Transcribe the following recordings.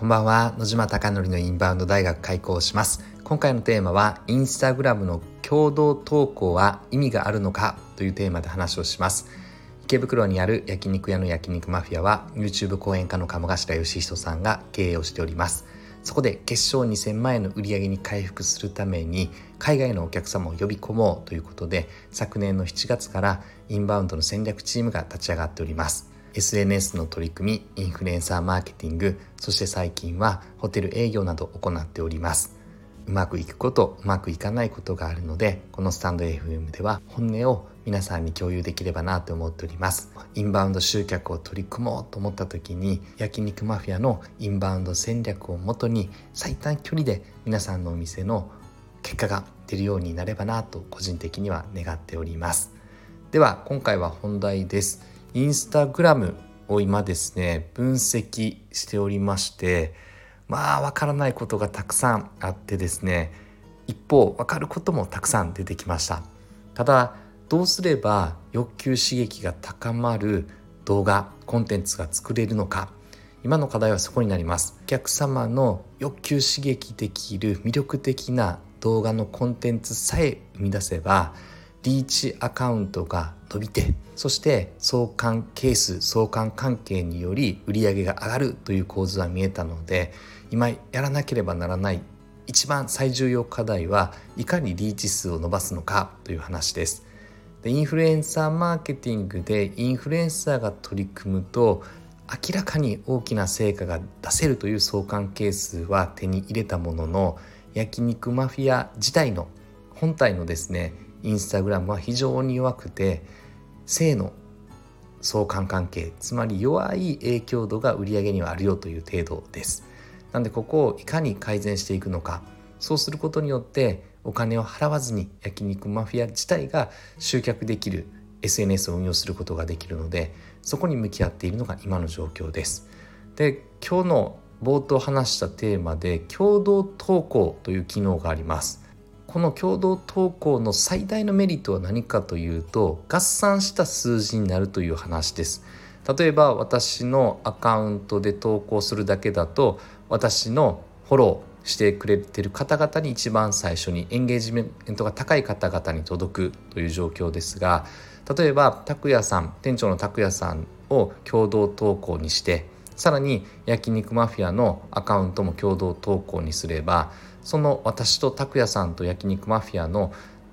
こんばんは。野島貴則のインバウンド大学開講します。今回のテーマはインスタグラムの共同投稿は意味があるのかというテーマで話をします。池袋にある焼肉屋の焼肉マフィアは YouTube 講演家の鴨頭義人さんが経営をしております。そこで月賞2000万円の売り上げに回復するために海外のお客様を呼び込もうということで、昨年の7月からインバウンドの戦略チームが立ち上がっております。SNS の取り組み、インフルエンサーマーケティング、そして最近はホテル営業などを行っております。うまくいくこと、うまくいかないことがあるので、このスタンド FM では本音を皆さんに共有できればなと思っております。インバウンド集客を取り組もうと思った時に、焼肉マフィアのインバウンド戦略をもとに最短距離で皆さんのお店の結果が出るようになればなと個人的には願っております。では今回は本題です。インスタグラムを今ですね分析しておりまして、わからないことがたくさんあってですね、一方わかることもたくさん出てきました。ただどうすれば欲求刺激が高まる動画コンテンツが作れるのか、今の課題はそこになります。お客様の欲求刺激できる魅力的な動画のコンテンツさえ生み出せばリーチアカウントが伸びて、そして相関係数、相関関係により売上が上がるという構図は見えたので、今やらなければならない一番最重要課題はいかにリーチ数を伸ばすのかという話です。で、インフルエンサーマーケティングでインフルエンサーが取り組むと明らかに大きな成果が出せるという相関係数は手に入れたものの、焼肉マフィア自体の本体のですねインスタグラムは非常に弱くて、正の相関関係、つまり弱い影響度が売上にはあるよという程度です。なのでここをいかに改善していくのか、そうすることによってお金を払わずに焼肉マフィア自体が集客できる SNS を運用することができるので、そこに向き合っているのが今の状況です。で、今日の冒頭話したテーマで共同投稿という機能があります。この共同投稿の最大のメリットは何かというと、合算した数字になるという話です。例えば私のアカウントで投稿するだけだと、私のフォローしてくれている方々に一番最初にエンゲージメントが高い方々に届くという状況ですが、例えば拓也さん、店長の拓也さんを共同投稿にして、さらに焼肉マフィアのアカウントも共同投稿にすれば、その私と拓也さんと焼肉マフィアの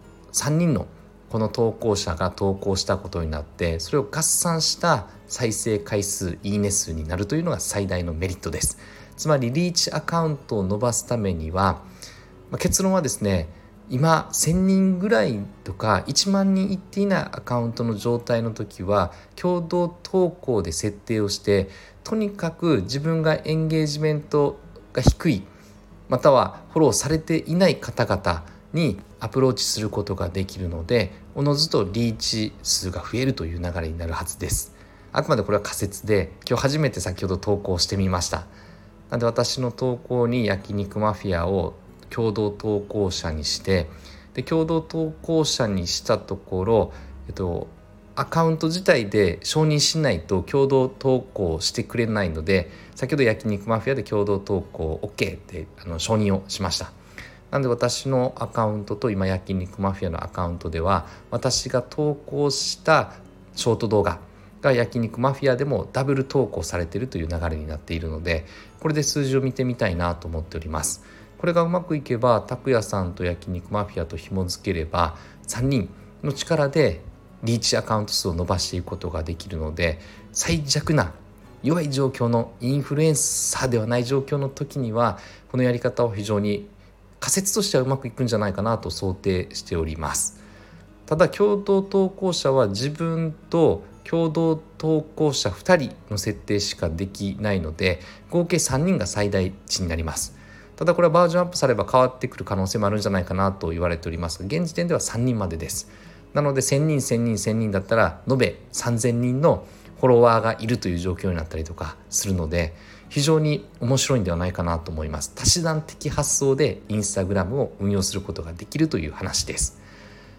3人のこの投稿者が投稿したことになって、それを合算した再生回数、いいね数になるというのが最大のメリットです。つまりリーチアカウントを伸ばすためには、結論はですね、今1000人ぐらいとか1万人いっていないアカウントの状態の時は共同投稿で設定をして、とにかく自分がエンゲージメントが低い、またはフォローされていない方々にアプローチすることができるので、おのずとリーチ数が増えるという流れになるはずです。あくまでこれは仮説で、今日初めて先ほど投稿してみました。なので私の投稿に焼肉マフィアを共同投稿者にして、で共同投稿者にしたところ、アカウント自体で承認しないと共同投稿してくれないので、先ほど焼肉マフィアで共同投稿 OK って承認をしました。なので私のアカウントと今焼肉マフィアのアカウントでは、私が投稿したショート動画が焼肉マフィアでもダブル投稿されているという流れになっているので、これで数字を見てみたいなと思っております。これがうまくいけば、拓也さんと焼肉マフィアと紐付ければ3人の力でリーチアカウント数を伸ばしていくことができるので、最弱な弱い状況のインフルエンサーではない状況の時には、このやり方を非常に仮説としてはうまくいくんじゃないかなと想定しております。ただ共同投稿者は自分と共同投稿者2人の設定しかできないので、合計3人が最大値になります。ただこれはバージョンアップされば変わってくる可能性もあるんじゃないかなと言われておりますが、現時点では3人までです。なので1000人1000人1000人だったら延べ3000人のフォロワーがいるという状況になったりとかするので、非常に面白いんではないかなと思います。多手段的発想でインスタグラムを運用することができるという話です。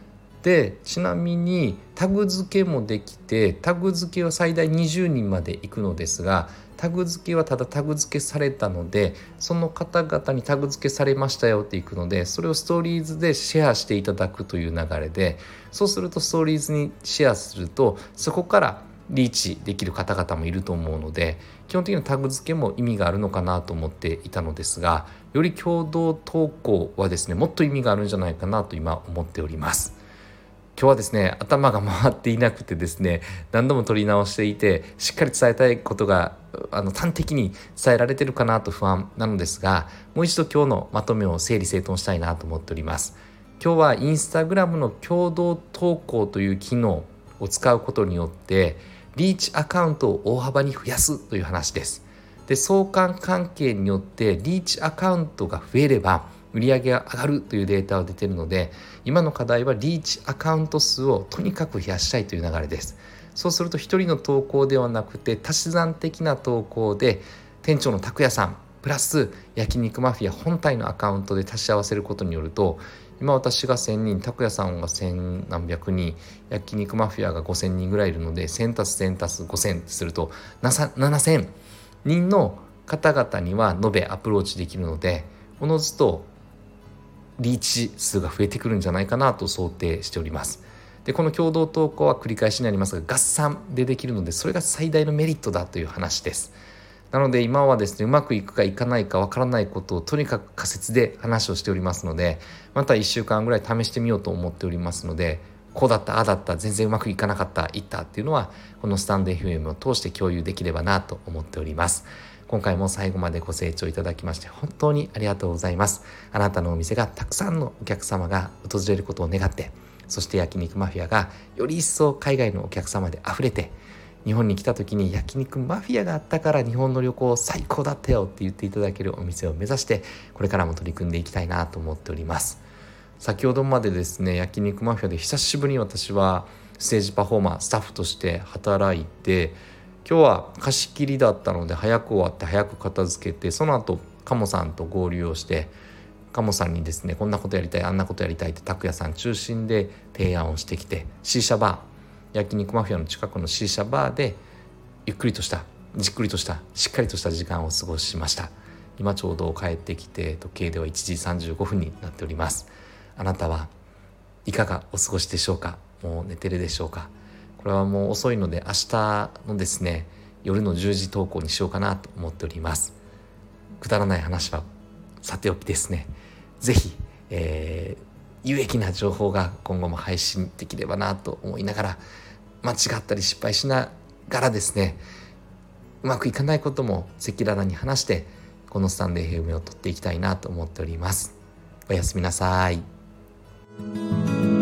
でちなみにタグ付けもできて、タグ付けは最大20人まで行くのですが、タグ付けはただタグ付けされたので、その方々にタグ付けされましたよっていくので、それをストーリーズでシェアしていただくという流れで、そうするとストーリーズにシェアするとそこからリーチできる方々もいると思うので、基本的にタグ付けも意味があるのかなと思っていたのですが、より共同投稿はですね、もっと意味があるんじゃないかなと今思っております。今日はですね、頭が回っていなくてですね、何度も撮り直していて、しっかり伝えたいことが端的に伝えられてるかなと不安なのですが、もう一度今日のまとめを整理整頓したいなと思っております。今日はインスタグラムの共同投稿という機能を使うことによってリーチアカウントを大幅に増やすという話です。で、相関関係によってリーチアカウントが増えれば売り上げが上がるというデータが出ているので、今の課題はリーチアカウント数をとにかく増やしたいという流れです。そうすると一人の投稿ではなくて足し算的な投稿で、店長の拓也さんプラス焼肉マフィア本体のアカウントで足し合わせることによると、今私が1000人、拓也さんが1000何百人、焼肉マフィアが5000人ぐらいいるので、1000足す1000足す5000とすると7000人の方々には延べアプローチできるので、おのずとリーチ数が増えてくるんじゃないかなと想定しております。で、この共同投稿は繰り返しになりますが合算でできるので、それが最大のメリットだという話です。なので今はですね、うまくいくかいかないかわからないことをとにかく仮説で話をしておりますので、また1週間ぐらい試してみようと思っておりますので、こうだったああだった全然うまくいかなかったいったっていうのはこのスタンド FM を通して共有できればなと思っております。今回も最後までご清聴いただきまして本当にありがとうございます。あなたのお店がたくさんのお客様が訪れることを願って、そして焼肉マフィアがより一層海外のお客様で溢れて、日本に来た時に焼肉マフィアがあったから日本の旅行最高だったよって言っていただけるお店を目指してこれからも取り組んでいきたいなと思っております。先ほどまでですね、焼肉マフィアで久しぶりに私はステージパフォーマースタッフとして働いて、今日は貸し切りだったので早く終わって早く片付けて、その後鴨さんと合流をして、鴨さんにですね、こんなことやりたいあんなことやりたいって拓也さん中心で提案をしてきて、シーシャバー、焼肉マフィアの近くのシーシャバーでゆっくりとしたじっくりとしたしっかりとした時間を過ごしました。今ちょうど帰ってきて時計では1時35分になっております。あなたはいかがお過ごしでしょうか。もう寝てるでしょうか。これはもう遅いので明日のですね夜の10時投稿にしようかなと思っております。くだらない話はさておきですね、ぜひ、有益な情報が今後も配信できればなと思いながら、間違ったり失敗しながらですね、うまくいかないことも赤裸々に話してこのスタンド FM を撮っていきたいなと思っております。おやすみなさい。